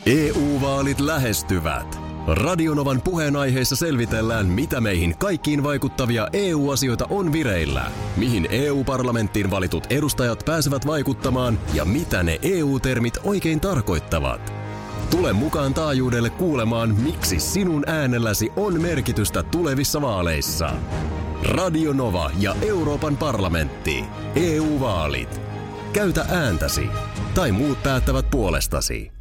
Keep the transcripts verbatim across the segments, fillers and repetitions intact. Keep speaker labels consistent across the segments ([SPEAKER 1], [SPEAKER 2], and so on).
[SPEAKER 1] E U-vaalit lähestyvät. Radionovan puheenaiheessa selvitellään, mitä meihin kaikkiin vaikuttavia E U-asioita on vireillä, mihin E U-parlamenttiin valitut edustajat pääsevät vaikuttamaan ja mitä ne E U-termit oikein tarkoittavat. Tule mukaan taajuudelle kuulemaan, miksi sinun äänelläsi on merkitystä tulevissa vaaleissa. Radio Nova ja Euroopan parlamentti. E U-vaalit. Käytä ääntäsi. Tai muut päättävät puolestasi.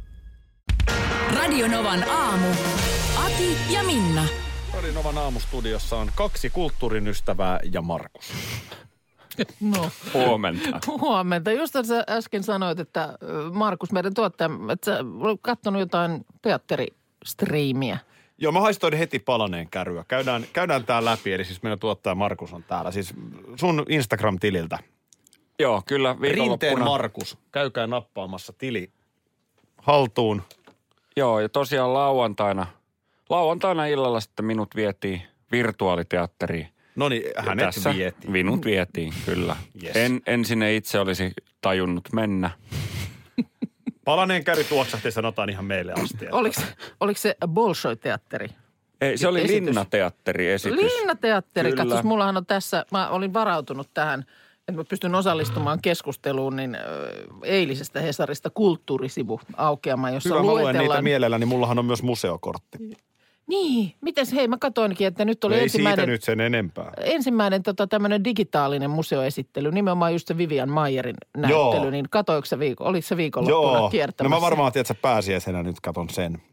[SPEAKER 2] Radio Novan aamu. Ati ja Minna.
[SPEAKER 3] Radio Novan aamustudiossa on kaksi kulttuurin ystävää ja Markus.
[SPEAKER 4] No.
[SPEAKER 3] Huomenta.
[SPEAKER 4] Huomenta. Just sä äsken sanoit, että Markus, meidän tuottaja, että sä olet katsonut jotain teatteristriimiä.
[SPEAKER 3] Joo, mä haistoin heti palaneen kärryä. Käydään, käydään tää läpi, eli siis meidän tuottaja Markus on täällä. Siis sun Instagram-tililtä.
[SPEAKER 5] Joo, kyllä
[SPEAKER 3] Rinteen
[SPEAKER 5] viikonloppuna.
[SPEAKER 3] Markus. Käykää nappaamassa tili haltuun.
[SPEAKER 5] Joo, ja tosiaan lauantaina, lauantaina illalla sitten minut vietiin virtuaaliteatteriin.
[SPEAKER 3] No niin, hänet
[SPEAKER 5] Tässä
[SPEAKER 3] vietiin.
[SPEAKER 5] minut vietiin, kyllä.
[SPEAKER 3] Yes.
[SPEAKER 5] En, en sinne itse olisi tajunnut mennä.
[SPEAKER 3] Palaneen käry tuoksahti, sanotaan ihan meille asti.
[SPEAKER 4] Oliko, oliko se Bolshoi-teatteri?
[SPEAKER 5] Ei, se oli
[SPEAKER 4] Esitys.
[SPEAKER 5] Linnateatteri-esitys.
[SPEAKER 4] Linnateatteri.
[SPEAKER 5] Kyllä.
[SPEAKER 4] Katsos, mullahan on tässä, mä olin varautunut tähän, että mä pystyn osallistumaan keskusteluun niin ö, eilisestä Hesarista kulttuurisivu aukeama, jossa
[SPEAKER 3] Hyvä, mä luen
[SPEAKER 4] luetellaan.
[SPEAKER 3] niitä mielelläni, niin mullahan on myös museokortti.
[SPEAKER 4] Niin, mites, hei mä katoinkin, että nyt oli
[SPEAKER 3] Ei
[SPEAKER 4] ensimmäinen,
[SPEAKER 3] siitä nyt sen enempää.
[SPEAKER 4] ensimmäinen tota, tämmöinen digitaalinen museoesittely, nimenomaan just se Vivian Mayerin näyttely,
[SPEAKER 3] Joo.
[SPEAKER 4] niin katoiko se viikko, oliko se viikonloppuna
[SPEAKER 3] Joo, no
[SPEAKER 4] kiertämässä
[SPEAKER 3] mä varmaan tiedän, että sä pääsiäisenä nyt katon sen.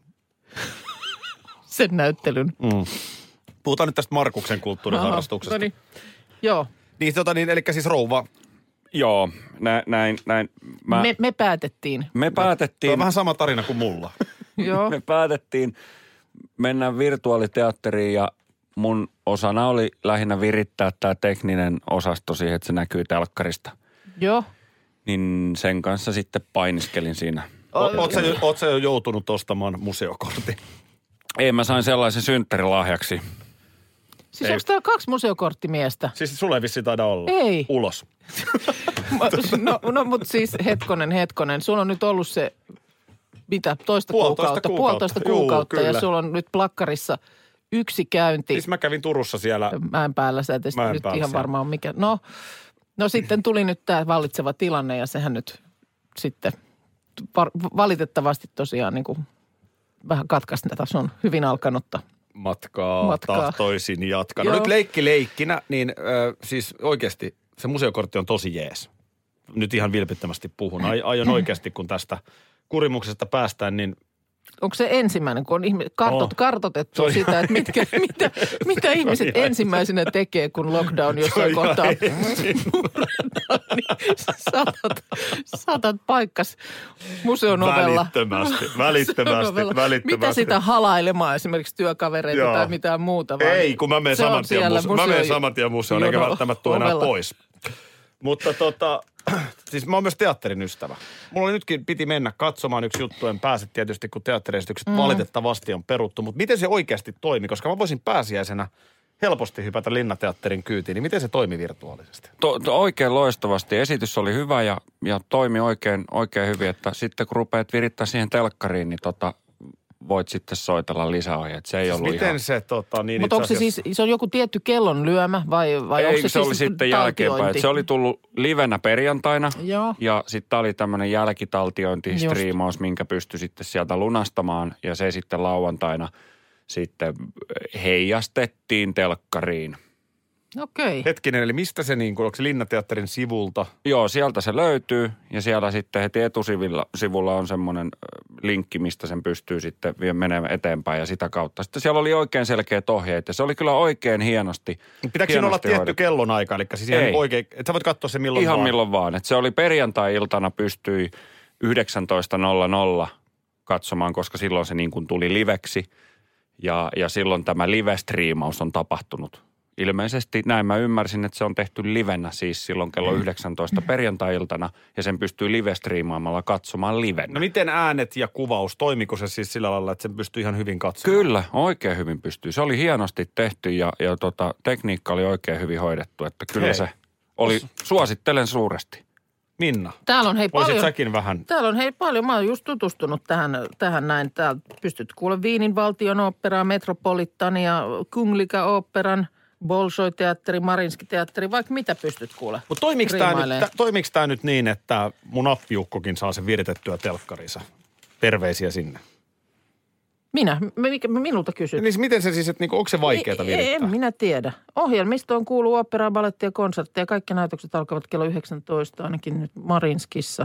[SPEAKER 4] sen näyttelyn?
[SPEAKER 3] Mm. Puhutaan nyt tästä Markuksen kulttuuriharrastuksesta.
[SPEAKER 4] No niin, joo.
[SPEAKER 3] Niin, tota niin, eli siis rouva.
[SPEAKER 5] Joo, nä, näin, näin. Mä,
[SPEAKER 4] Me, me päätettiin.
[SPEAKER 5] me
[SPEAKER 3] Tuo
[SPEAKER 5] päätettiin,
[SPEAKER 3] on vähän sama tarina kuin mulla.
[SPEAKER 4] Joo.
[SPEAKER 5] me päätettiin mennä virtuaaliteatteriin ja mun osana oli lähinnä virittää tämä tekninen osasto siihen, että se näkyy telkkarista.
[SPEAKER 4] Joo.
[SPEAKER 5] Niin sen kanssa sitten painiskelin siinä.
[SPEAKER 3] O, oot, sä, oot sä jo joutunut ostamaan museokortin?
[SPEAKER 5] Ei, mä sain sellaisen synttärilahjaksi.
[SPEAKER 4] Siis
[SPEAKER 3] Ei.
[SPEAKER 4] onko täällä kaksi museokorttimiestä?
[SPEAKER 3] Siis sulle ei vissiin taida olla.
[SPEAKER 4] Ei.
[SPEAKER 3] Ulos.
[SPEAKER 4] No, no mutta siis hetkonen, hetkonen. Sulla on nyt ollut se, mitä, toista
[SPEAKER 3] Puolitoista
[SPEAKER 4] kuukautta.
[SPEAKER 3] kuukautta.
[SPEAKER 4] Puolitoista
[SPEAKER 3] Juu,
[SPEAKER 4] kuukautta
[SPEAKER 3] kyllä.
[SPEAKER 4] ja sulla on nyt plakkarissa yksi käynti.
[SPEAKER 3] Siis mä kävin Turussa siellä.
[SPEAKER 4] Mäenpäällä sä et nyt
[SPEAKER 3] Mäenpäällä
[SPEAKER 4] ihan
[SPEAKER 3] siellä.
[SPEAKER 4] varmaan mikä. No, no sitten tuli nyt tämä vallitseva tilanne ja sehän nyt sitten var, valitettavasti tosiaan niin kuin vähän katkaisi tätä sun hyvin alkanutta.
[SPEAKER 3] Matkaa,
[SPEAKER 4] Matkaa.
[SPEAKER 3] tahtoisin jatkaa. No
[SPEAKER 4] Joo.
[SPEAKER 3] nyt leikki leikkinä, niin äh, siis oikeasti se museokortti on tosi jees. Nyt ihan vilpittömästi puhun. Ai, aion oikeasti, kun tästä kurimuksesta päästään, niin
[SPEAKER 4] Onko se ensimmäinen, kun on ihmi- kartot,
[SPEAKER 3] Oh.
[SPEAKER 4] kartotettu
[SPEAKER 3] Se on
[SPEAKER 4] sitä,
[SPEAKER 3] ihan-
[SPEAKER 4] että mitkä, mitä, mitä ihmiset
[SPEAKER 3] ihan-
[SPEAKER 4] ensimmäisenä tekee, kun lockdown jossain
[SPEAKER 3] Se on
[SPEAKER 4] kohtaa
[SPEAKER 3] ihan ensin.
[SPEAKER 4] murretaan, niin saatat, saatat paikkas museon ovella.
[SPEAKER 3] Välittömästi, välittömästi,
[SPEAKER 4] Museon ovella.
[SPEAKER 3] välittömästi.
[SPEAKER 4] Mitä sitä halailemaan esimerkiksi työkavereita
[SPEAKER 3] Joo.
[SPEAKER 4] tai mitään muuta? Vaan
[SPEAKER 3] Ei, kun mä menen
[SPEAKER 4] se on
[SPEAKER 3] saman tien,
[SPEAKER 4] siellä
[SPEAKER 3] muse- mä menen
[SPEAKER 4] museo-
[SPEAKER 3] saman tien museoon, eikä
[SPEAKER 4] jono
[SPEAKER 3] välttämättä tule enää
[SPEAKER 4] ovella.
[SPEAKER 3] pois. Mutta tota, siis mä oon myös teatterin ystävä. Mulla oli nytkin, piti mennä katsomaan yksi juttu, en pääse tietysti, kun teatteriesitykset mm. valitettavasti on peruttu. Mutta miten se oikeasti toimi, koska mä voisin pääsiäisenä helposti hypätä Linnateatterin kyytiin, niin miten se toimi virtuaalisesti?
[SPEAKER 5] To, to, oikein loistavasti. Esitys oli hyvä ja, ja toimi oikein, oikein hyvin, että sitten kun rupeat virittää siihen telkkariin, niin tota, voit sitten soitella lisäohjeet. Se ei
[SPEAKER 3] Siis
[SPEAKER 5] ollut
[SPEAKER 3] miten
[SPEAKER 5] ihan...
[SPEAKER 3] se tota niin
[SPEAKER 4] Mutta onko se
[SPEAKER 3] asiassa-
[SPEAKER 4] siis, se on joku tietty kellon lyömä vai, vai onko
[SPEAKER 5] Ei,
[SPEAKER 4] se,
[SPEAKER 5] se, oli
[SPEAKER 4] siis
[SPEAKER 5] sitten jälkeenpäin. Et Se oli tullut livenä perjantaina
[SPEAKER 4] Joo.
[SPEAKER 5] ja sitten oli tämmöinen jälkitaltiointi,
[SPEAKER 4] Just.
[SPEAKER 5] striimaus, minkä pystyi sitten sieltä lunastamaan ja se sitten lauantaina sitten heijastettiin telkkariin.
[SPEAKER 4] Okei.
[SPEAKER 3] Hetkinen, eli mistä se niin kuin, onko se Linnateatterin sivulta?
[SPEAKER 5] Joo, sieltä se löytyy ja siellä sitten heti etusivulla sivulla on semmoinen ö, linkki, mistä sen pystyy sitten vie- menemään eteenpäin ja sitä kautta. Sitten siellä oli oikein selkeät ohjeet ja se oli kyllä oikein hienosti.
[SPEAKER 3] Pitääkö siinä olla
[SPEAKER 5] hienosti
[SPEAKER 3] tietty
[SPEAKER 5] hoidettu.
[SPEAKER 3] kellonaika? Eli siis ihan
[SPEAKER 5] Ei.
[SPEAKER 3] oikein, että sä voit katsoa se milloin
[SPEAKER 5] Ihan
[SPEAKER 3] vaan.
[SPEAKER 5] milloin vaan. Et se oli perjantai-iltana pystyi yhdeksäntoista nolla nolla katsomaan, koska silloin se niin kuin tuli liveksi. Ja, ja silloin tämä live-striimaus on tapahtunut. Ilmeisesti näin mä ymmärsin, että se on tehty livenä siis silloin kello yhdeksäntoista perjantai-iltana. Ja sen pystyy live-striimaamalla katsomaan livenä.
[SPEAKER 3] No miten äänet ja kuvaus, toimiko se siis sillä lailla, että sen pystyy ihan hyvin katsomaan?
[SPEAKER 5] Kyllä, oikein hyvin pystyy. Se oli hienosti tehty ja, ja tota, tekniikka oli oikein hyvin hoidettu. Että kyllä
[SPEAKER 3] Hei.
[SPEAKER 5] se oli, suosittelen suuresti.
[SPEAKER 3] Minna,
[SPEAKER 4] Täällä on hei
[SPEAKER 3] voisit
[SPEAKER 4] paljon.
[SPEAKER 3] säkin vähän.
[SPEAKER 4] Täällä on hei paljon. Mä oon just tutustunut tähän, tähän näin. Täällä pystyt kuule Viinin valtion oopperaa, Metropolitania, Kungliga oopperan, Bolshoi-teatteri, Marinski-teatteri, vaikka mitä pystyt kuule.
[SPEAKER 3] Mutta toimiks tää,
[SPEAKER 4] riimailee.
[SPEAKER 3] nyt, toimiks tää nyt niin, että mun appiukkokin saa sen viritettyä telkkarinsa? Terveisiä sinne.
[SPEAKER 4] Minä? Mikä, minulta kysyt?
[SPEAKER 3] Niin miten se siis, että niinku, onko se vaikeaa
[SPEAKER 4] Ei,
[SPEAKER 3] virittää?
[SPEAKER 4] En minä tiedä. Ohjelmistoon kuuluu oopperaa, balettia, konsertteja. Kaikki näytökset alkavat kello yhdeksäntoista, ainakin nyt Marinskissa.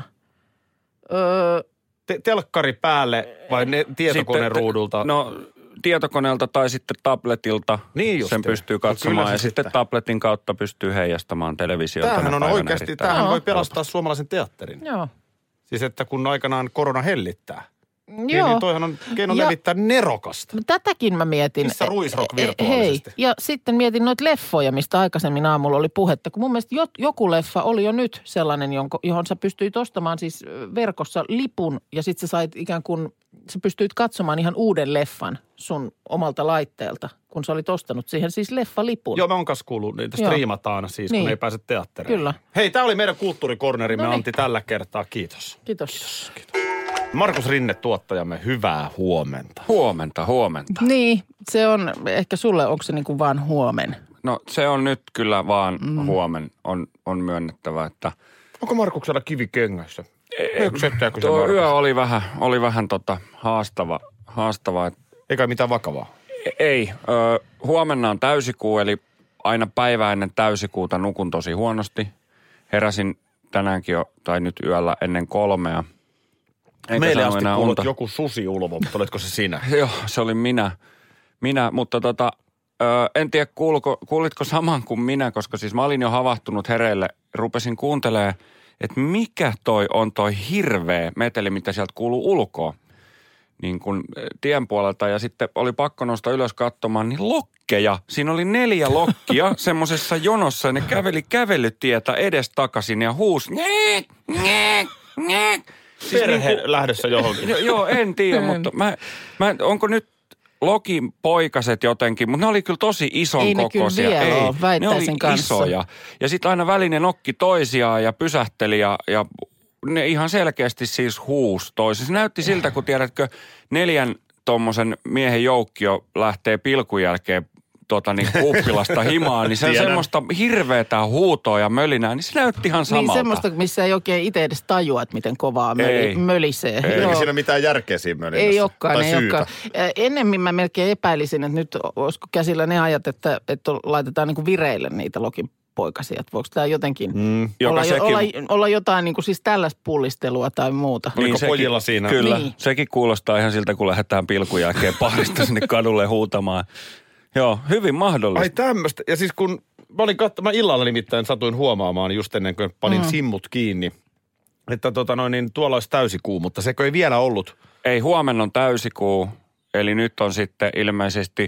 [SPEAKER 4] Öö,
[SPEAKER 3] Te- telkkari päälle vai ne tietokoneen
[SPEAKER 5] Sitten-
[SPEAKER 3] ruudulta?
[SPEAKER 5] No tietokoneelta tai sitten tabletilta
[SPEAKER 3] Niin
[SPEAKER 5] sen
[SPEAKER 3] justiin.
[SPEAKER 5] pystyy
[SPEAKER 3] No kyllä
[SPEAKER 5] katsomaan
[SPEAKER 3] se
[SPEAKER 5] ja sitten
[SPEAKER 3] sitten.
[SPEAKER 5] tabletin kautta pystyy heijastamaan televisiota.
[SPEAKER 3] Tämähän
[SPEAKER 5] tänä
[SPEAKER 3] on
[SPEAKER 5] päivänä
[SPEAKER 3] oikeasti,
[SPEAKER 5] erittäin
[SPEAKER 3] tämähän
[SPEAKER 4] Joo.
[SPEAKER 3] voi pelastaa suomalaisen teatterin.
[SPEAKER 4] joo.
[SPEAKER 3] Siis että kun aikanaan korona hellittää, niin,
[SPEAKER 4] Joo.
[SPEAKER 3] niin toihan on keino
[SPEAKER 4] Ja-
[SPEAKER 3] levittää nerokasta.
[SPEAKER 4] Tätäkin mä mietin.
[SPEAKER 3] Missä ruisrock
[SPEAKER 4] E- e-
[SPEAKER 3] virtuaalisesti?
[SPEAKER 4] Hei, ja sitten mietin noita leffoja, mistä aikaisemmin aamulla oli puhetta. Kun mun mielestä jo, joku leffa oli jo nyt sellainen, jonko, johon sä pystyit ostamaan siis ö, verkossa lipun. Ja sitten sä sait ikään kuin, sä pystyit katsomaan ihan uuden leffan sun omalta laitteelta, kun sä olit ostanut siihen siis leffalipun.
[SPEAKER 3] Joo, me on kanssa kuullut, niitä
[SPEAKER 4] Joo.
[SPEAKER 3] striimataan siis,
[SPEAKER 4] Niin.
[SPEAKER 3] kun ei pääse teatteriin.
[SPEAKER 4] Kyllä.
[SPEAKER 3] Hei, tää oli meidän kulttuurikornerimme
[SPEAKER 4] Noniin.
[SPEAKER 3] Antti tällä kertaa. Kiitos.
[SPEAKER 4] Kiitos.
[SPEAKER 3] Markus Rinne, tuottajamme, hyvää huomenta.
[SPEAKER 5] Huomenta, huomenta.
[SPEAKER 4] Niin, se on, ehkä sulle onko se niin kuin vaan huomen?
[SPEAKER 5] No se on nyt kyllä vaan mm. huomen. On, on myönnettävä, että
[SPEAKER 3] Onko Markuksella kivi kengässä? Höksettääkö se
[SPEAKER 5] tuo
[SPEAKER 3] Markus?
[SPEAKER 5] yö oli vähän, oli vähän tota haastava. haastava.
[SPEAKER 3] Eikä mitään vakavaa.
[SPEAKER 5] Ei, ö, huomenna on täysikuu, eli aina päivää ennen täysikuuta nukun tosi huonosti. Heräsin tänäänkin jo, tai nyt yöllä ennen kolmea. Eikä
[SPEAKER 3] Meille
[SPEAKER 5] saanut
[SPEAKER 3] asti
[SPEAKER 5] enää
[SPEAKER 3] kuulut
[SPEAKER 5] unta.
[SPEAKER 3] joku susi ulvo, mutta oletko se sinä?
[SPEAKER 5] Joo, se oli minä. Minä, mutta tota, ö, en tiedä kuuluko, kuulitko saman kuin minä, koska siis mä olin jo havahtunut hereille. Rupesin kuuntelemaan, että mikä toi on toi hirveä meteli, mitä sieltä kuuluu ulkoa. Niin kuin tien puolelta ja sitten oli pakko nostaa ylös katsomaan, niin lokkeja. Siinä oli neljä lokkia semmoisessa jonossa ja ne käveli kävelytietä edestakaisin ja huusi. Nyek, nyek, nyek. Siis
[SPEAKER 3] Perhe
[SPEAKER 5] niinku-
[SPEAKER 3] lähdössä johonkin.
[SPEAKER 5] Jo, joo, en tiedä, mutta mä, mä, onko nyt Lokin poikaset jotenkin, mutta ne oli kyllä tosi ison
[SPEAKER 4] Ei ne kyllä
[SPEAKER 5] kokoisia.
[SPEAKER 4] vielä
[SPEAKER 5] Ei,
[SPEAKER 4] ole, väittäisin
[SPEAKER 5] ne oli
[SPEAKER 4] kanssa.
[SPEAKER 5] isoja. Ja sitten aina välinen nokki toisiaan ja pysähteli ja, ja ne ihan selkeästi siis huusi toisiaan. Se näytti siltä, kun tiedätkö, neljän tommosen miehen joukkio lähtee pilkun jälkeen tota niin kuppilasta himaan, niin se on
[SPEAKER 3] Tiedän.
[SPEAKER 5] semmoista hirveätä huutoa ja mölinää, niin se näytti ihan samalta.
[SPEAKER 4] Niin semmoista, missä ei oikein itse edes tajua, että miten kovaa möli,
[SPEAKER 5] Ei.
[SPEAKER 4] mölisee.
[SPEAKER 5] Ei.
[SPEAKER 3] Eikä siinä mitään järkeä siinä mölinässä.
[SPEAKER 4] Ei olekaan,
[SPEAKER 3] tai
[SPEAKER 4] ei
[SPEAKER 3] syytä.
[SPEAKER 4] olekaan. Ä, Ennemmin mä melkein epäilisin, että nyt olisiko käsillä ne ajat, että, että laitetaan niin kuin vireille niitä Lokin poikasia. Että voiko tämä jotenkin
[SPEAKER 3] Mm.
[SPEAKER 5] Joka
[SPEAKER 4] olla,
[SPEAKER 5] sekin-
[SPEAKER 4] olla, olla jotain niin kuin siis tällaista pullistelua tai muuta.
[SPEAKER 3] Oliko
[SPEAKER 5] sekin-
[SPEAKER 3] pojilla siinä?
[SPEAKER 5] Kyllä,
[SPEAKER 4] Niin.
[SPEAKER 5] sekin kuulostaa ihan siltä, kun lähdetään pilkun jälkeen parista sinne kadulle huutamaan. Joo, hyvin mahdollista.
[SPEAKER 3] Ai tämmöistä. Ja siis kun mä olin katsomaan illalla nimittäin satuin huomaamaan just ennen kuin panin mm. simmut kiinni, että tota noin, niin tuolla olisi täysikuu, mutta sekö ei vielä ollut.
[SPEAKER 5] Ei, huomenna on täysikuu, eli nyt on sitten ilmeisesti,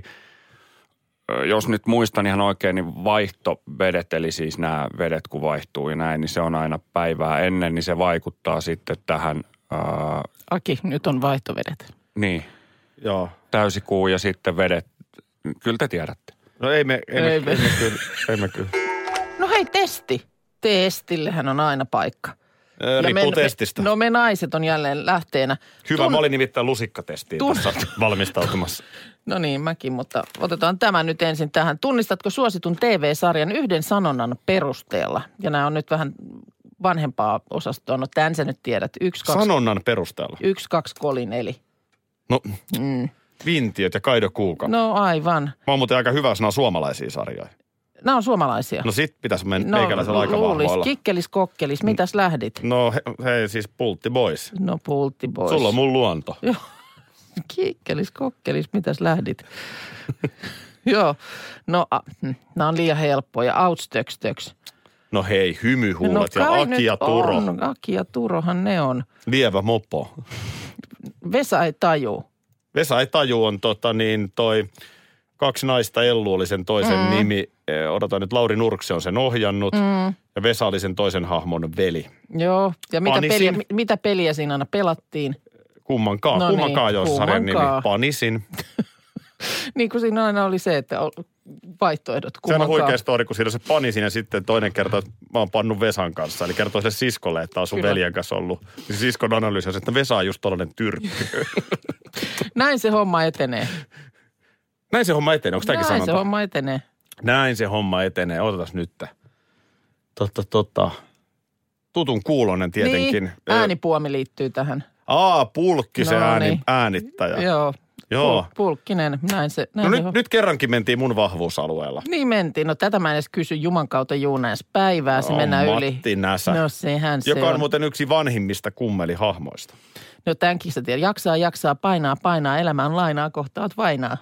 [SPEAKER 5] ö, jos nyt muistan ihan oikein, niin vaihtovedet, eli siis nämä vedet kun vaihtuu ja näin, niin se on aina päivää ennen, niin se vaikuttaa sitten tähän, ää,
[SPEAKER 4] Aki, nyt on vaihtovedet.
[SPEAKER 5] niin,
[SPEAKER 3] Joo.
[SPEAKER 5] täysikuu ja sitten vedet, kyllä te tiedätte.
[SPEAKER 3] No ei me, ei me,
[SPEAKER 4] Ei
[SPEAKER 3] ei
[SPEAKER 4] me.
[SPEAKER 3] me, kyllä. Ei me kyllä.
[SPEAKER 4] No hei, testi. Testillehän on aina paikka.
[SPEAKER 3] Ö,
[SPEAKER 4] Ja
[SPEAKER 3] Riippuu
[SPEAKER 4] me-
[SPEAKER 3] testistä.
[SPEAKER 4] No me naiset on jälleen lähteenä.
[SPEAKER 3] Hyvä,
[SPEAKER 4] Tun-
[SPEAKER 3] mä olin nimittäin lusikkatestiin
[SPEAKER 4] Tun-
[SPEAKER 3] tässä valmistautumassa.
[SPEAKER 4] No niin, mäkin, mutta otetaan tämä nyt ensin tähän. Tunnistatko suositun T V-sarjan yhden sanonnan perusteella? Ja nämä on nyt vähän vanhempaa osastoa. No tämän sä nyt tiedät. Yksi, kaksi,
[SPEAKER 3] Sanonnan perusteella.
[SPEAKER 4] yksi, kaksi, kolin, eli.
[SPEAKER 3] No,
[SPEAKER 4] Mm.
[SPEAKER 3] Vintiöt ja Kaido Kuuka.
[SPEAKER 4] No aivan.
[SPEAKER 3] Mä oon muuten aika hyvä sanoa suomalaisia sarjoja.
[SPEAKER 4] Nämä on suomalaisia.
[SPEAKER 3] No sit pitäisi mennä meikäläisellä aika
[SPEAKER 4] luulis.
[SPEAKER 3] vahvoilla.
[SPEAKER 4] Kikkelis, kokkelis. Mitäs lähdit?
[SPEAKER 3] No he, hei siis Pultti Boys.
[SPEAKER 4] No pultti pois.
[SPEAKER 3] Sulla on mun luonto.
[SPEAKER 4] Joo. Kikkelis, kokkelis. Mitäs lähdit? Joo. No, a, hm, nämä on liian helppoja. Outstökstöks.
[SPEAKER 3] No hei, hymyhuulet ja
[SPEAKER 4] No kai
[SPEAKER 3] Aki
[SPEAKER 4] nyt
[SPEAKER 3] ja Turo.
[SPEAKER 4] on. Aki ja Turohan ne on.
[SPEAKER 3] Lievä mopo.
[SPEAKER 4] Vesa ei taju.
[SPEAKER 3] Vesa ei taju on tota niin toi kaksi naista Ellu oli sen toisen mm. nimi. Eh, Odotan nyt, Lauri Nurkse on sen ohjannut. Mm. Ja Vesa oli sen toisen hahmon veli.
[SPEAKER 4] Joo. Ja mitä
[SPEAKER 3] Panisin.
[SPEAKER 4] peliä, mi- mitä peliä siinä aina pelattiin?
[SPEAKER 3] Kummankaan.
[SPEAKER 4] No
[SPEAKER 3] Kummankaan
[SPEAKER 4] niin,
[SPEAKER 3] on sarjan nimi.
[SPEAKER 4] kummankaan.
[SPEAKER 3] Panisin.
[SPEAKER 4] Niin kuin siinä aina oli se, että ol- vaihtoehdot
[SPEAKER 3] Sehän on
[SPEAKER 4] kummankaan.
[SPEAKER 3] huikea story, kun siinä on se Panisin ja sitten toinen kerta, mä mä oon pannut Vesan kanssa. Eli kertoo sille siskolle, että on sun Kyllä. veljen kanssa ollut. Niin siskon analyysi on, että Vesa on just tollainen tyrkky.
[SPEAKER 4] Näin se homma etenee.
[SPEAKER 3] Näin se homma etenee, onko tämäkin sanonta?
[SPEAKER 4] Näin se homma etenee.
[SPEAKER 3] Näin se homma etenee, otetaan nyt. Totta, totta. Tutun kuulonen tietenkin.
[SPEAKER 4] Niin, äänipuomi liittyy tähän.
[SPEAKER 3] Aa, Pulkki se
[SPEAKER 4] no,
[SPEAKER 3] ääni,
[SPEAKER 4] niin.
[SPEAKER 3] äänittäjä.
[SPEAKER 4] Joo.
[SPEAKER 3] Joo.
[SPEAKER 4] Pul- Pulkkinen, näin se. Näin
[SPEAKER 3] no
[SPEAKER 4] se
[SPEAKER 3] nyt, nyt kerrankin mentiin mun vahvuusalueella.
[SPEAKER 4] Niin mentiin. No tätä mä en edes kysy Juman kautta Juunaes päivää. Se
[SPEAKER 3] no,
[SPEAKER 4] mennään
[SPEAKER 3] Matti
[SPEAKER 4] yli.
[SPEAKER 3] Matti Näsä.
[SPEAKER 4] No sehän se
[SPEAKER 3] Joka on,
[SPEAKER 4] on
[SPEAKER 3] muuten yksi vanhimmista kummelihahmoista.
[SPEAKER 4] No tämänkin sä tiedät. Jaksaa, jaksaa, painaa, painaa. Elämään lainaa, kohtaat vainaa.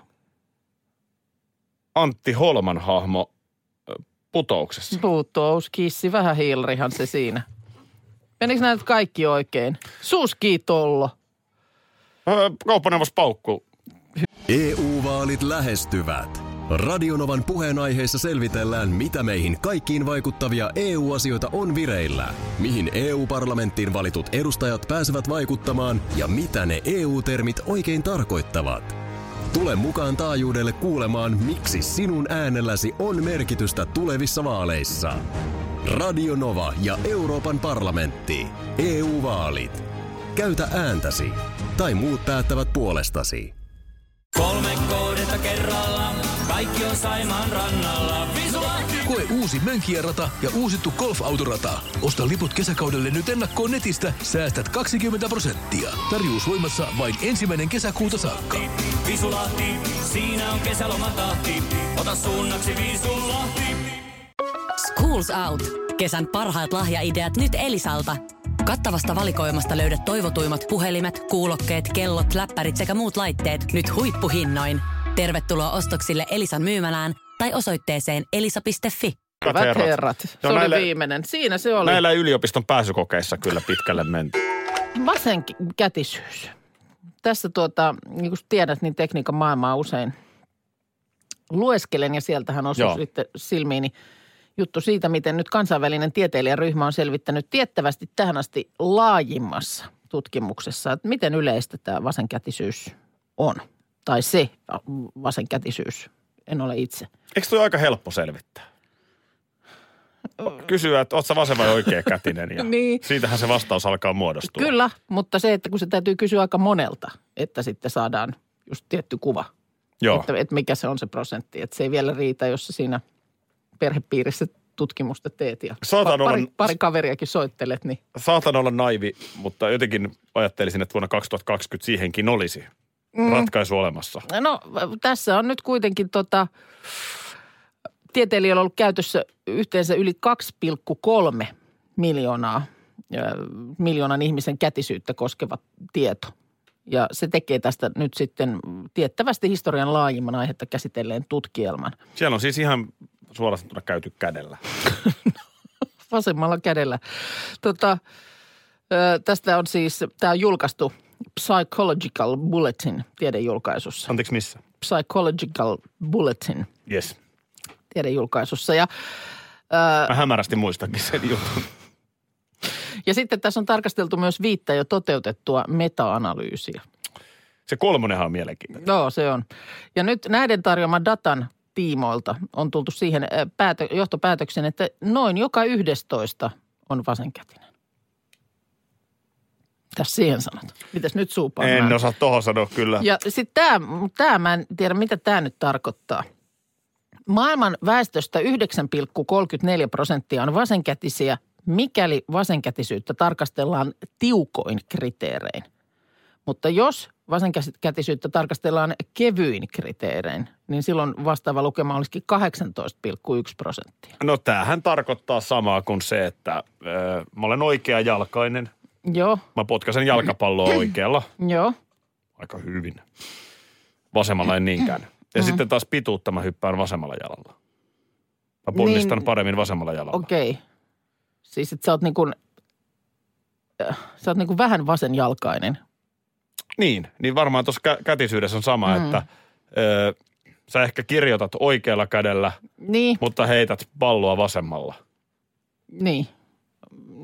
[SPEAKER 3] Antti Holman hahmo Putouksessa.
[SPEAKER 4] Putouskissi, vähän hiilrihan se siinä. Menikö näitä kaikki oikein? Suskiitollo.
[SPEAKER 3] Öö, kauppaneuvos Paukku.
[SPEAKER 1] E U-vaalit lähestyvät. Radionovan puheenaiheessa selvitellään, mitä meihin kaikkiin vaikuttavia E U-asioita on vireillä, mihin E U-parlamenttiin valitut edustajat pääsevät vaikuttamaan ja mitä ne E U-termit oikein tarkoittavat. Tule mukaan taajuudelle kuulemaan, miksi sinun äänelläsi on merkitystä tulevissa vaaleissa. Radio Nova ja Euroopan parlamentti. E U-vaalit. Käytä ääntäsi. Tai muut päättävät puolestasi.
[SPEAKER 6] Kolme kohdetta kerralla, kaikki on Saimaan rannalla. Visulahti!
[SPEAKER 7] Koe uusi Mönkijärata ja uusittu golfautorata. Osta liput kesäkaudelle nyt ennakkoon netistä, säästät kaksikymmentä prosenttia. Tarjous voimassa vain ensimmäinen kesäkuuta saakka.
[SPEAKER 6] Visulahti, siinä on kesälomatahti. Ota suunnaksi Visulahti.
[SPEAKER 8] Schools Out. Kesän parhaat lahjaideat nyt Elisalta. Kattavasta valikoimasta löydät toivotuimmat puhelimet, kuulokkeet, kellot, läppärit sekä muut laitteet nyt huippuhinnoin. Tervetuloa ostoksille Elisan myymälään tai osoitteeseen elisa piste fi.
[SPEAKER 4] Hyvät herrat. herrat. Se
[SPEAKER 3] no
[SPEAKER 4] oli
[SPEAKER 3] näillä,
[SPEAKER 4] viimeinen. Siinä se oli.
[SPEAKER 3] Näillä yliopiston pääsykokeissa kyllä pitkälle menty.
[SPEAKER 4] Vasen kätisyys. Tässä tuota, niin kuin tiedät, niin tekniikan maailmaa usein lueskelen ja sieltähän osui Joo. sitten silmiini juttu siitä, miten nyt kansainvälinen tieteilijäryhmä on selvittänyt tiettävästi tähän asti laajimmassa tutkimuksessa, että miten yleistä tämä vasenkätisyys on. Tai se vasenkätisyys. En ole itse.
[SPEAKER 3] Eikö tuo aika helppo selvittää? Kysyä, että ootko sä vasen vai oikea kätinen ja niin. Siitähän se vastaus alkaa muodostua.
[SPEAKER 4] Kyllä, mutta se, että kun se täytyy kysyä aika monelta, että sitten saadaan just tietty kuva.
[SPEAKER 3] Joo.
[SPEAKER 4] Että, että mikä se on se prosentti. Että se ei vielä riitä, jos sä siinä perhepiirissä tutkimusta teet ja
[SPEAKER 3] Saatan
[SPEAKER 4] pari,
[SPEAKER 3] olla,
[SPEAKER 4] pari kaveriakin soittelet. Niin.
[SPEAKER 3] Saatan olla naivi, mutta jotenkin ajattelisin, että vuonna kaksituhattakaksikymmentä siihenkin olisi mm. ratkaisu olemassa.
[SPEAKER 4] No tässä on nyt kuitenkin tota, tieteilijöillä on ollut käytössä yhteensä yli kaksi pilkku kolme miljoonaa, miljoonan ihmisen kätisyyttä koskeva tieto. Ja se tekee tästä nyt sitten tiettävästi historian laajimman aihetta käsitelleen tutkielman.
[SPEAKER 3] Siellä on siis ihan suorastaan käyty kädellä.
[SPEAKER 4] Vasemmalla kädellä. Tota, tästä on siis, tämä on julkaistu Psychological Bulletin tiedejulkaisussa.
[SPEAKER 3] Anteeksi, missä?
[SPEAKER 4] Psychological Bulletin.
[SPEAKER 3] Yes.
[SPEAKER 4] Tiedejulkaisussa. Ja,
[SPEAKER 3] ää, Mä hämärästi muistankin sen jutun.
[SPEAKER 4] Ja sitten tässä on tarkasteltu myös viittä jo toteutettua meta-analyysiä.
[SPEAKER 3] Se kolmonenhan on mielenkiintoinen.
[SPEAKER 4] Joo, se on. Ja nyt näiden tarjoaman datan tiimoilta on tultu siihen päätö- johtopäätöksen, että noin joka yhdestoista on vasenkätinen. Mitäs siihen sanot? Mitäs nyt suupaan?
[SPEAKER 3] En osaa tohon sanoa kyllä.
[SPEAKER 4] Ja sitten tämä, tämä mä en tiedä, mitä tämä nyt tarkoittaa. Maailman väestöstä yhdeksän pilkku kolmekymmentäneljä prosenttia on vasenkätisiä, mikäli vasenkätisyyttä tarkastellaan tiukoin kriteerein. Mutta jos vasenkätisyyttä tarkastellaan kevyin kriteerein, niin silloin vastaava lukema olisikin kahdeksantoista pilkku yksi prosenttia.
[SPEAKER 3] No tämähän tarkoittaa samaa kuin se, että äh, mä olen oikeajalkainen.
[SPEAKER 4] Joo.
[SPEAKER 3] Mä potkaisen jalkapalloa oikealla.
[SPEAKER 4] Joo.
[SPEAKER 3] Aika hyvin. Vasemmalla en niinkään. Ja mm-hmm. sitten taas pituutta mä hyppään vasemmalla jalalla. Mä ponnistan niin, paremmin vasemmalla jalalla.
[SPEAKER 4] Okei. Okay. Siis että sä oot niin kuin, äh, sä oot niin kuin vähän vasenjalkainen.
[SPEAKER 3] Niin, niin varmaan tuossa kä- kätisyydessä on sama, mm. että ö, sä ehkä kirjoitat oikealla kädellä,
[SPEAKER 4] niin.
[SPEAKER 3] mutta heität palloa vasemmalla.
[SPEAKER 4] Niin.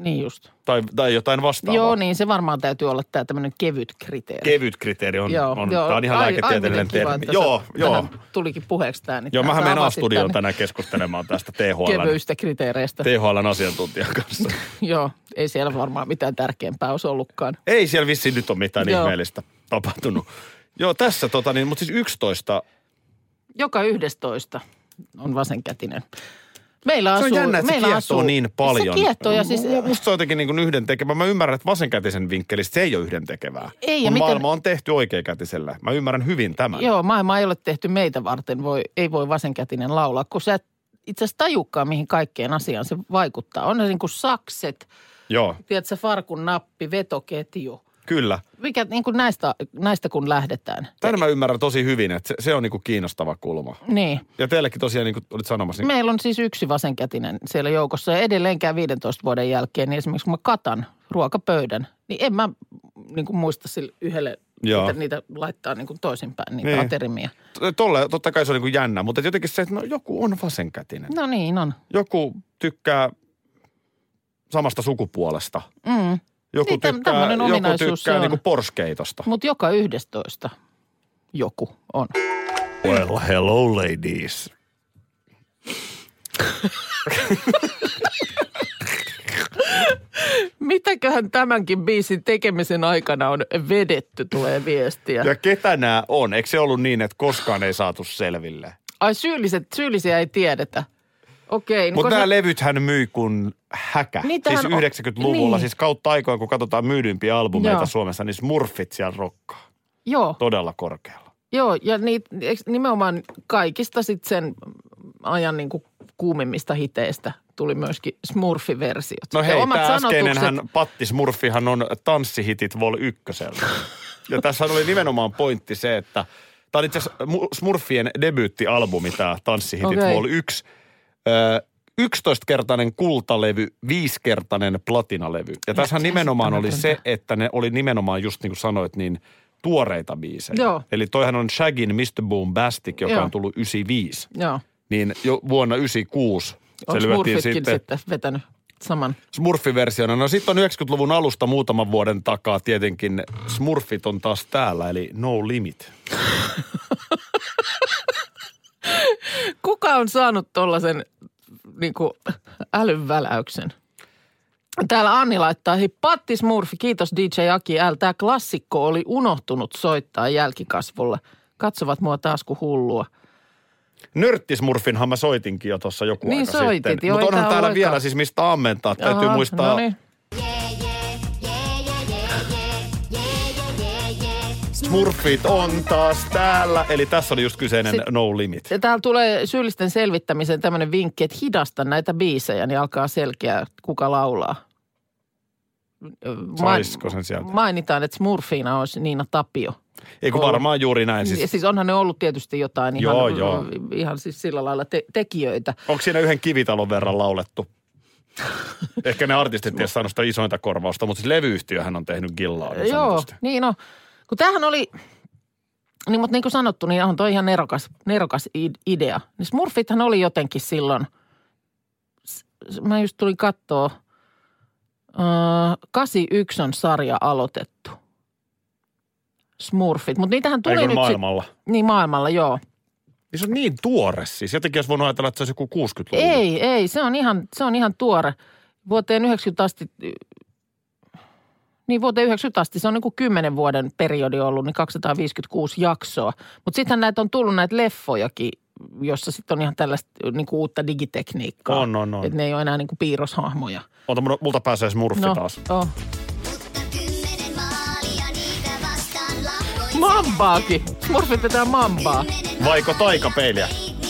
[SPEAKER 4] Niin just.
[SPEAKER 3] Tai, tai jotain vastaavaa.
[SPEAKER 4] Joo, niin se varmaan täytyy olla tämä tämmöinen kevyt kriteeri.
[SPEAKER 3] Kevyt kriteeri on,
[SPEAKER 4] joo,
[SPEAKER 3] on,
[SPEAKER 4] joo.
[SPEAKER 3] Tämä on ihan
[SPEAKER 4] Ai,
[SPEAKER 3] lääketieteellinen
[SPEAKER 4] kiva,
[SPEAKER 3] termi.
[SPEAKER 4] että
[SPEAKER 3] Joo, joo.
[SPEAKER 4] tulikin puheeksi tämä. Niin
[SPEAKER 3] Joo, mä menen A-studioon
[SPEAKER 4] tänne.
[SPEAKER 3] tänään keskustelemaan tästä T H L.
[SPEAKER 4] Kevyistä kriteereistä.
[SPEAKER 3] T H L:n asiantuntijan kanssa.
[SPEAKER 4] Joo, ei siellä varmaan mitään tärkeämpää olisi ollutkaan.
[SPEAKER 3] Ei siellä vissiin nyt ole mitään
[SPEAKER 4] Joo.
[SPEAKER 3] ihmeellistä tapahtunut. Joo, tässä tota niin, mutta siis yksitoista.
[SPEAKER 4] Joka yhdestoista on vasenkätinen. Meillä
[SPEAKER 3] Se
[SPEAKER 4] asuu,
[SPEAKER 3] on jännä, että se
[SPEAKER 4] meillä
[SPEAKER 3] kiehtoo
[SPEAKER 4] asuu,
[SPEAKER 3] niin paljon.
[SPEAKER 4] Se kiehtoo ja siis...
[SPEAKER 3] Musta se on jotenkin niin kuin yhdentekevää. Mä ymmärrän, että vasenkätisen vinkkelistä se ei ole yhdentekevää.
[SPEAKER 4] Ei, ja
[SPEAKER 3] kun
[SPEAKER 4] miten-
[SPEAKER 3] maailma on tehty oikeakätisellä. Mä ymmärrän hyvin tämän.
[SPEAKER 4] Joo, maailma ei ole tehty meitä varten, voi, ei voi vasenkätinen laulaa, kun sä et itse asiassa tajukkaan, mihin kaikkeen asiaan se vaikuttaa. On ne niin kuin sakset,
[SPEAKER 3] Joo,
[SPEAKER 4] tiedätkö, farkun nappi, vetoketju.
[SPEAKER 3] kyllä.
[SPEAKER 4] Mikä niin kuin näistä, näistä kun lähdetään.
[SPEAKER 3] Tämän mä ymmärrän tosi hyvin, että se, se on niin kuin kiinnostava kulma.
[SPEAKER 4] Niin.
[SPEAKER 3] Ja teillekin tosiaan, niin kuin olit sanomassa, niin
[SPEAKER 4] Meillä on siis yksi vasenkätinen siellä joukossa ja edelleenkään viidentoista vuoden jälkeen, niin esimerkiksi kun mä katan ruokapöydän, niin en mä niin kuin muista sille yhdelle,
[SPEAKER 3] Joo.
[SPEAKER 4] että niitä laittaa niin kuin toisinpäin, niitä
[SPEAKER 3] Niin.
[SPEAKER 4] aterimia.
[SPEAKER 3] tolle, totta kai se on niin kuin jännä, mutta jotenkin se, että no, joku on vasenkätinen.
[SPEAKER 4] No niin on.
[SPEAKER 3] Joku tykkää samasta sukupuolesta.
[SPEAKER 4] Mm.
[SPEAKER 3] Joku
[SPEAKER 4] Niin, täm-
[SPEAKER 3] tykkää,
[SPEAKER 4] tämmöinen
[SPEAKER 3] joku
[SPEAKER 4] ominaisuus se
[SPEAKER 3] tykkää
[SPEAKER 4] on.
[SPEAKER 3] niin kuin porskeitosta.
[SPEAKER 4] Mutta joka yhdestoista joku on.
[SPEAKER 3] Well, hello ladies.
[SPEAKER 4] Mitäköhän tämänkin biisin tekemisen aikana on vedetty, tulee viestiä.
[SPEAKER 3] Ja ketä nämä on? Eikö se ollut niin, että koskaan ei saatu selville?
[SPEAKER 4] Ai syylliset, syyllisiä ei tiedetä. Okei.
[SPEAKER 3] Mutta
[SPEAKER 4] koska-
[SPEAKER 3] nämä levythän myi kuin häkä.
[SPEAKER 4] Niitähän
[SPEAKER 3] siis
[SPEAKER 4] on-
[SPEAKER 3] yhdeksänkymmentäluvulla,
[SPEAKER 4] niin.
[SPEAKER 3] siis kautta aikoina, kun katsotaan myydympiä albumeita
[SPEAKER 4] Joo.
[SPEAKER 3] Suomessa, niin Smurfit siellä rokkaa.
[SPEAKER 4] Joo,
[SPEAKER 3] Todella korkealla.
[SPEAKER 4] joo, ja niit, eiks nimenomaan kaikista sitten sen ajan niin kuin kuumimmista hiteistä tuli myöskin Smurfi-versiot.
[SPEAKER 3] No
[SPEAKER 4] Ja
[SPEAKER 3] hei,
[SPEAKER 4] omat
[SPEAKER 3] tämä äskeinenhän
[SPEAKER 4] sanotukset-
[SPEAKER 3] Patti Smurfihan on tanssihitit Vol ykköseltä. Ja tässä oli nimenomaan pointti se, että tämä on itse asiassa Mu- Smurfien debyyttialbumi, tämä tanssihitit
[SPEAKER 4] Okei.
[SPEAKER 3] Vol yksi. Ö, yksitoistakertainen kultalevy, viisikertainen platinalevy. Ja tässähän nimenomaan oli se, että ne oli nimenomaan just niin kuin sanoit, niin tuoreita biisejä.
[SPEAKER 4] Joo.
[SPEAKER 3] Eli toihan on Shaggin mister Boombastic, joka
[SPEAKER 4] Joo.
[SPEAKER 3] on tullut yhdeksänkymmentäviisi.
[SPEAKER 4] Joo,
[SPEAKER 3] Niin jo vuonna yhdeksänkymmentäkuusi
[SPEAKER 4] onko
[SPEAKER 3] se lyötiin
[SPEAKER 4] Smurfitkin
[SPEAKER 3] sitten
[SPEAKER 4] sitten vetänyt saman?
[SPEAKER 3] Smurfi-versiona. No sitten on yhdeksänkymmentäluvun alusta muutaman vuoden takaa tietenkin Smurfit on taas täällä, eli No Limit.
[SPEAKER 4] Kuka on saanut tollaisen niin kuin älynväläyksen? Täällä Anni laittaa, hei Patti Smurfi, kiitos D J Aki L. Tämä klassikko oli unohtunut soittaa jälkikasvulle. Katsovat mua taas kuin hullua.
[SPEAKER 3] Nörttismurfinhan mä soitinkin jo tuossa joku
[SPEAKER 4] Niin
[SPEAKER 3] aika
[SPEAKER 4] soitit,
[SPEAKER 3] sitten.
[SPEAKER 4] joo,
[SPEAKER 3] Mutta
[SPEAKER 4] ei
[SPEAKER 3] onhan
[SPEAKER 4] tää
[SPEAKER 3] täällä
[SPEAKER 4] ole
[SPEAKER 3] vielä
[SPEAKER 4] aikaa.
[SPEAKER 3] siis mistä ammentaa. Täytyy
[SPEAKER 4] Aha,
[SPEAKER 3] muistaa.
[SPEAKER 4] No niin.
[SPEAKER 3] Smurfit on taas täällä. Eli tässä oli just kyseinen
[SPEAKER 4] Sit-
[SPEAKER 3] No Limit.
[SPEAKER 4] Ja täällä tulee syyllisten selvittämiseen tämmöinen vinkki, että hidasta näitä biisejä, niin alkaa selkeä, kuka laulaa.
[SPEAKER 3] Saisiko sen sieltä?
[SPEAKER 4] Mainitaan, että Smurfina olisi Niina Tapio.
[SPEAKER 3] Ei kun
[SPEAKER 4] ollut.
[SPEAKER 3] varmaan juuri näin.
[SPEAKER 4] Siis,
[SPEAKER 3] Siis,
[SPEAKER 4] siis onhan ne ollut tietysti jotain ihan,
[SPEAKER 3] Joo, joo.
[SPEAKER 4] ihan siis sillä lailla te- tekijöitä.
[SPEAKER 3] onko siinä yhden kivitalon verran laulettu? Ehkä ne artistit ei ole saanut sitä isointa korvausta, mutta siis levyyhtiöhän on tehnyt gillaa. niin
[SPEAKER 4] Joo,
[SPEAKER 3] sanotusti.
[SPEAKER 4] niin no. Kun tämähän oli, niin mutta niin kuin sanottu, niin on toi ihan nerokas, nerokas i- idea. Niin Smurfithan oli jotenkin silloin, s- mä just tulin kattoo, öö, kahdeksankymmentäyksi on sarja aloitettu. Smurfit, mutta niitähän tuli
[SPEAKER 3] Eikö
[SPEAKER 4] nyt
[SPEAKER 3] maailmalla?
[SPEAKER 4] Sit, niin maailmalla, joo.
[SPEAKER 3] Niin se on niin tuore siis. Jotenkin olisi voinut ajatella, että se olisi joku kuusikymmentäluvun.
[SPEAKER 4] Ei, ei, se on ihan, se on ihan tuore. Vuoteen yhdeksänkymmentä asti, niin vuoteen yhdeksänkymmentä asti, se on niin kuin kymmenen vuoden periodi ollut, niin kaksisataaviisikymmentäkuusi jaksoa. Mutta sittenhän näitä on tullut näitä leffojakin, jossa sitten on ihan tällaista niin kuin uutta digitekniikkaa.
[SPEAKER 3] On, on, on.
[SPEAKER 4] Että ne ei ole enää niin kuin piirroshahmoja.
[SPEAKER 3] Ota, multa pääsee Smurfi
[SPEAKER 4] No,
[SPEAKER 3] taas.
[SPEAKER 4] oh. Mambaakin. Smurfit vetää mambaa.
[SPEAKER 3] Vaiko taikapeiliä?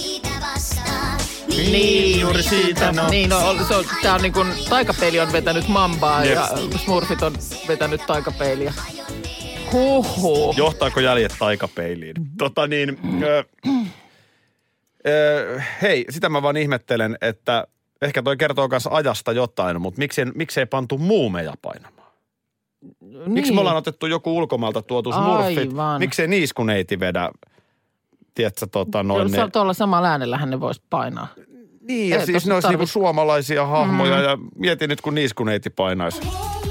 [SPEAKER 4] Niin,
[SPEAKER 3] juuri siitä, no.
[SPEAKER 4] Niin, no, se on, tää on niin kuin, taikapeili on vetänyt mambaa
[SPEAKER 3] Jep.
[SPEAKER 4] ja Smurfit on vetänyt taikapeiliä. Huhhuh.
[SPEAKER 3] Johtaako jäljet taikapeiliin? Tota niin, ö, ö, hei, sitä mä vaan ihmettelen, että ehkä toi kertoo myös ajasta jotain, mutta miksei, miksei pantu muumeja painamaan?
[SPEAKER 4] Niin.
[SPEAKER 3] Miksi me ollaan otettu joku ulkomailta tuotu Smurfit?
[SPEAKER 4] Aivan.
[SPEAKER 3] Miksei niiskuneiti vedä, tiedätkö, tota noin ne...
[SPEAKER 4] Tuolla samalla äänellähän ne vois painaa.
[SPEAKER 3] Niin, ja
[SPEAKER 4] Ei,
[SPEAKER 3] siis
[SPEAKER 4] tossa
[SPEAKER 3] ne olisi
[SPEAKER 4] tarvit-
[SPEAKER 3] niinku suomalaisia hahmoja,
[SPEAKER 4] Mm.
[SPEAKER 3] ja mietin nyt, kun niiskuneiti painaisi.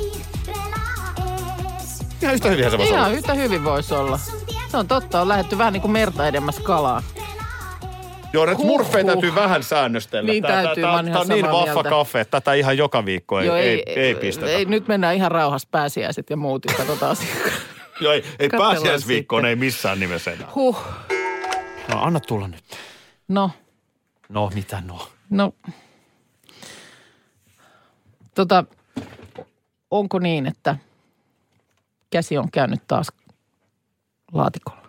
[SPEAKER 3] Ihan yhtä hyvinhän se voisi olla.
[SPEAKER 4] Ihan yhtä hyvin voisi olla. Se on totta, on lähdetty vähän niin kuin merta edemmäs kalaa.
[SPEAKER 3] Joo, nyt
[SPEAKER 4] Huh,
[SPEAKER 3] murfeja
[SPEAKER 4] huh.
[SPEAKER 3] täytyy vähän säännöstellä.
[SPEAKER 4] Niin
[SPEAKER 3] Tää-
[SPEAKER 4] täytyy,
[SPEAKER 3] tää-
[SPEAKER 4] mä oon
[SPEAKER 3] tää
[SPEAKER 4] ihan
[SPEAKER 3] on niin
[SPEAKER 4] samaa
[SPEAKER 3] vaffa
[SPEAKER 4] mieltä.
[SPEAKER 3] kafe, että tätä ihan joka viikko ei,
[SPEAKER 4] Joo,
[SPEAKER 3] ei, ei, ei pistetä.
[SPEAKER 4] Ei, nyt mennään ihan rauhassa pääsiäiset ja muut, ja katsotaan asiakkaan.
[SPEAKER 3] Joo, ei, ei
[SPEAKER 4] Katsellaan
[SPEAKER 3] pääsiäisviikkoon
[SPEAKER 4] sitten.
[SPEAKER 3] ei missään nimessä enää.
[SPEAKER 4] Huh.
[SPEAKER 3] No, anna tulla nyt.
[SPEAKER 4] No,
[SPEAKER 3] No, mitä no?
[SPEAKER 4] no. Tota, onko niin, että käsi on käynyt taas laatikolla?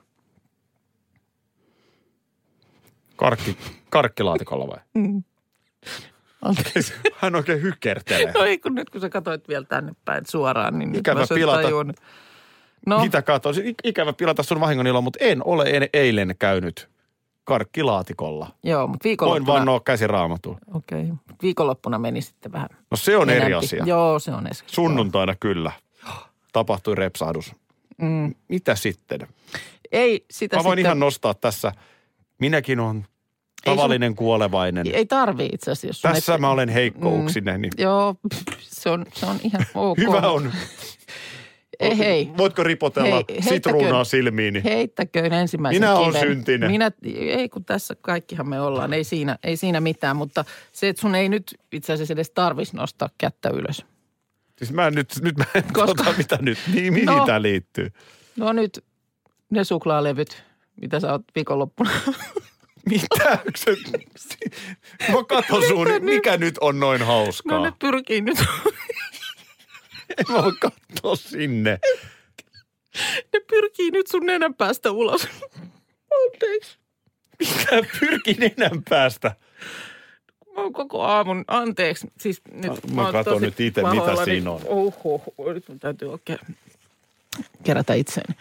[SPEAKER 3] Karkki, karkkilaatikolla vai?
[SPEAKER 4] Mm. Anteeksi.
[SPEAKER 3] Hän oikein hykertelee.
[SPEAKER 4] No ei, kun nyt kun sä katsoit vielä tänne päin suoraan, niin
[SPEAKER 3] Ikävä
[SPEAKER 4] nyt mä sen
[SPEAKER 3] pilata.
[SPEAKER 4] tajun. No,
[SPEAKER 3] Mitä katsoisin? Ik- Ikävä pilata sun vahingonilon, mutta en ole en, eilen käynyt karkkilaatikolla.
[SPEAKER 4] joo, mutta
[SPEAKER 3] Voin
[SPEAKER 4] viikonloppuna...
[SPEAKER 3] vannoa käsiraamatulla.
[SPEAKER 4] Okei, okay. Viikonloppuna meni sitten vähän
[SPEAKER 3] No se on eri
[SPEAKER 4] enempi.
[SPEAKER 3] asia.
[SPEAKER 4] Joo, se on eri.
[SPEAKER 3] Sunnuntaina kyllä. Tapahtui repsahdus.
[SPEAKER 4] Mm.
[SPEAKER 3] Mitä sitten?
[SPEAKER 4] Ei sitä
[SPEAKER 3] Mä voin
[SPEAKER 4] sitten...
[SPEAKER 3] ihan nostaa tässä. Minäkin on tavallinen kuolevainen.
[SPEAKER 4] Ei tarvii itse asiassa. Sun
[SPEAKER 3] Tässä
[SPEAKER 4] ei-
[SPEAKER 3] mä olen heikkouksinen. Niin
[SPEAKER 4] Joo, se on, se on ihan ok.
[SPEAKER 3] hyvä on.
[SPEAKER 4] Ei, hei.
[SPEAKER 3] Voitko ripotella
[SPEAKER 4] Hei, heittäköön-
[SPEAKER 3] sitruunaa silmiini?
[SPEAKER 4] Heittäköön ensimmäisen
[SPEAKER 3] Minä olen
[SPEAKER 4] kiven.
[SPEAKER 3] syntinen.
[SPEAKER 4] Minä, ei kun tässä kaikkihan me ollaan, ei siinä, ei siinä mitään, mutta se, että sun ei nyt itse asiassa edes tarvitsisi nostaa kättä ylös.
[SPEAKER 3] Siis mä en nyt, nyt mä en
[SPEAKER 4] Koska-
[SPEAKER 3] tota, mitä nyt, mihin, mihin
[SPEAKER 4] No.
[SPEAKER 3] tää liittyy?
[SPEAKER 4] No nyt ne suklaalevyt, mitä sä oot viikonloppuna.
[SPEAKER 3] Mitä? Se, mä katson sun,
[SPEAKER 4] Mikä nyt?
[SPEAKER 3] mikä nyt on noin hauskaa?
[SPEAKER 4] No ne pyrkii nyt,
[SPEAKER 3] En mä voi katsoa sinne.
[SPEAKER 4] ne pyrkii nyt sun nenän päästä ulos. Anteeksi.
[SPEAKER 3] Mitä pyrkin enää päästä?
[SPEAKER 4] Mä oon koko aamun, anteeksi. Siis nyt,
[SPEAKER 3] Mä
[SPEAKER 4] oon
[SPEAKER 3] katson
[SPEAKER 4] tosi
[SPEAKER 3] nyt itse, mitä
[SPEAKER 4] pahoillani.
[SPEAKER 3] siinä on.
[SPEAKER 4] Oho, nyt mun täytyy oikein kerätä itseäni.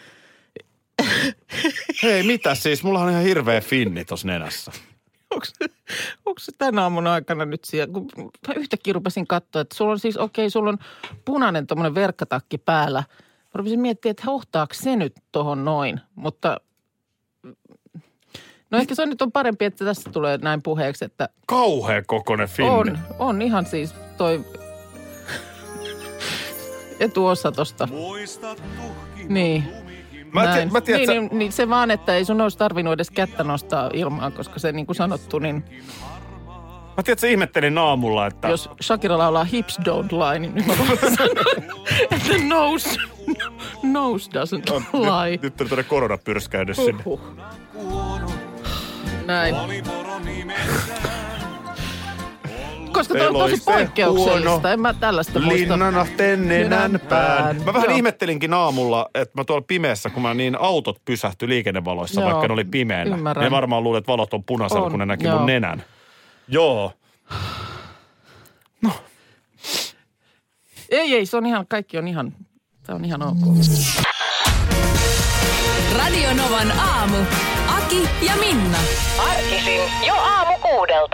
[SPEAKER 3] Hei, mitä siis? Mulla on ihan hirveä finni tossa nenässä.
[SPEAKER 4] Onko se, onko se tänä aamun aikana nyt siellä? Kun mä yhtäkkiä rupesin katsoa, että sulla on siis, okei, sulla on punainen tommonen verkkatakki päällä. Mä rupesin miettimään, että hohtaako se nyt tohon noin, mutta no ehkä se on nyt on parempi, että tässä tulee näin puheeksi, että
[SPEAKER 3] Kauhea kokoinen finni.
[SPEAKER 4] on, on ihan siis toi etuosa tosta. Niin.
[SPEAKER 3] Mä,
[SPEAKER 4] Näin.
[SPEAKER 3] tiedän, mä tiedän,
[SPEAKER 4] niin, niin, niin, se vaan, että ei sun olisi tarvinnut edes kättä nostaa ilmaan, koska se niin kuin sanottu, niin
[SPEAKER 3] mä tiedän, että sä ihmettelin aamulla, että...
[SPEAKER 4] jos Shakira laulaa hips don't lie, niin nyt mä voin sanoa, että nose, nose doesn't lie.
[SPEAKER 3] Nyt, nyt tuli tuonne koronapyrskäydys sinne.
[SPEAKER 4] Huhhuh. Näin. Koska toi on
[SPEAKER 3] Teillä
[SPEAKER 4] tosi
[SPEAKER 3] oli se
[SPEAKER 4] poikkeuksellista.
[SPEAKER 3] huono
[SPEAKER 4] En mä tällaista muista.
[SPEAKER 3] Linnana nenän pään. Mä vähän
[SPEAKER 4] Joo.
[SPEAKER 3] ihmettelinkin aamulla, että mä tuolla pimeässä, kun mä niin autot pysähtyi liikennevaloissa,
[SPEAKER 4] Joo,
[SPEAKER 3] vaikka ne oli pimeänä.
[SPEAKER 4] ymmärrän.
[SPEAKER 3] Ne varmaan luulet, että valot on punaisella,
[SPEAKER 4] On,
[SPEAKER 3] kun ne näki
[SPEAKER 4] joo.
[SPEAKER 3] mun nenän. Joo.
[SPEAKER 4] Ei, ei, se on ihan, kaikki on ihan, tää on ihan ok.
[SPEAKER 2] Radio Novan aamu. Aki ja Minna.
[SPEAKER 8] Arkisin jo aamu kuudelta.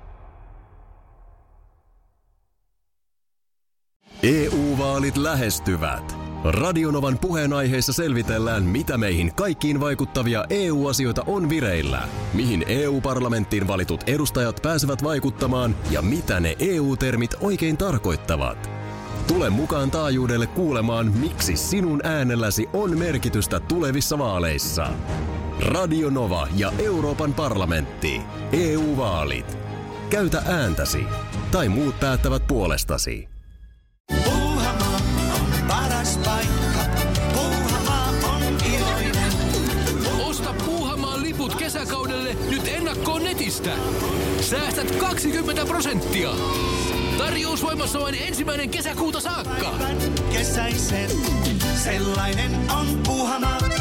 [SPEAKER 1] E U-vaalit lähestyvät. Radionovan puheenaiheessa selvitellään, mitä meihin kaikkiin vaikuttavia E U-asioita on vireillä, mihin E U-parlamenttiin valitut edustajat pääsevät vaikuttamaan ja mitä ne E U-termit oikein tarkoittavat. Tule mukaan taajuudelle kuulemaan, miksi sinun äänelläsi on merkitystä tulevissa vaaleissa. Radio Nova ja Euroopan parlamentti. E U-vaalit. Käytä ääntäsi. Tai muut päättävät puolestasi.
[SPEAKER 6] Puuhamaa on paras paikka. Puuhamaa on iloinen.
[SPEAKER 7] Osta Puuhamaan liput kesäkaudelle nyt ennakkoon netistä. Säästät kaksikymmentä prosenttia. Tarjous voimassa vain ensimmäinen kesäkuuta saakka.
[SPEAKER 6] Kesäisen, sellainen on Puuhamaa.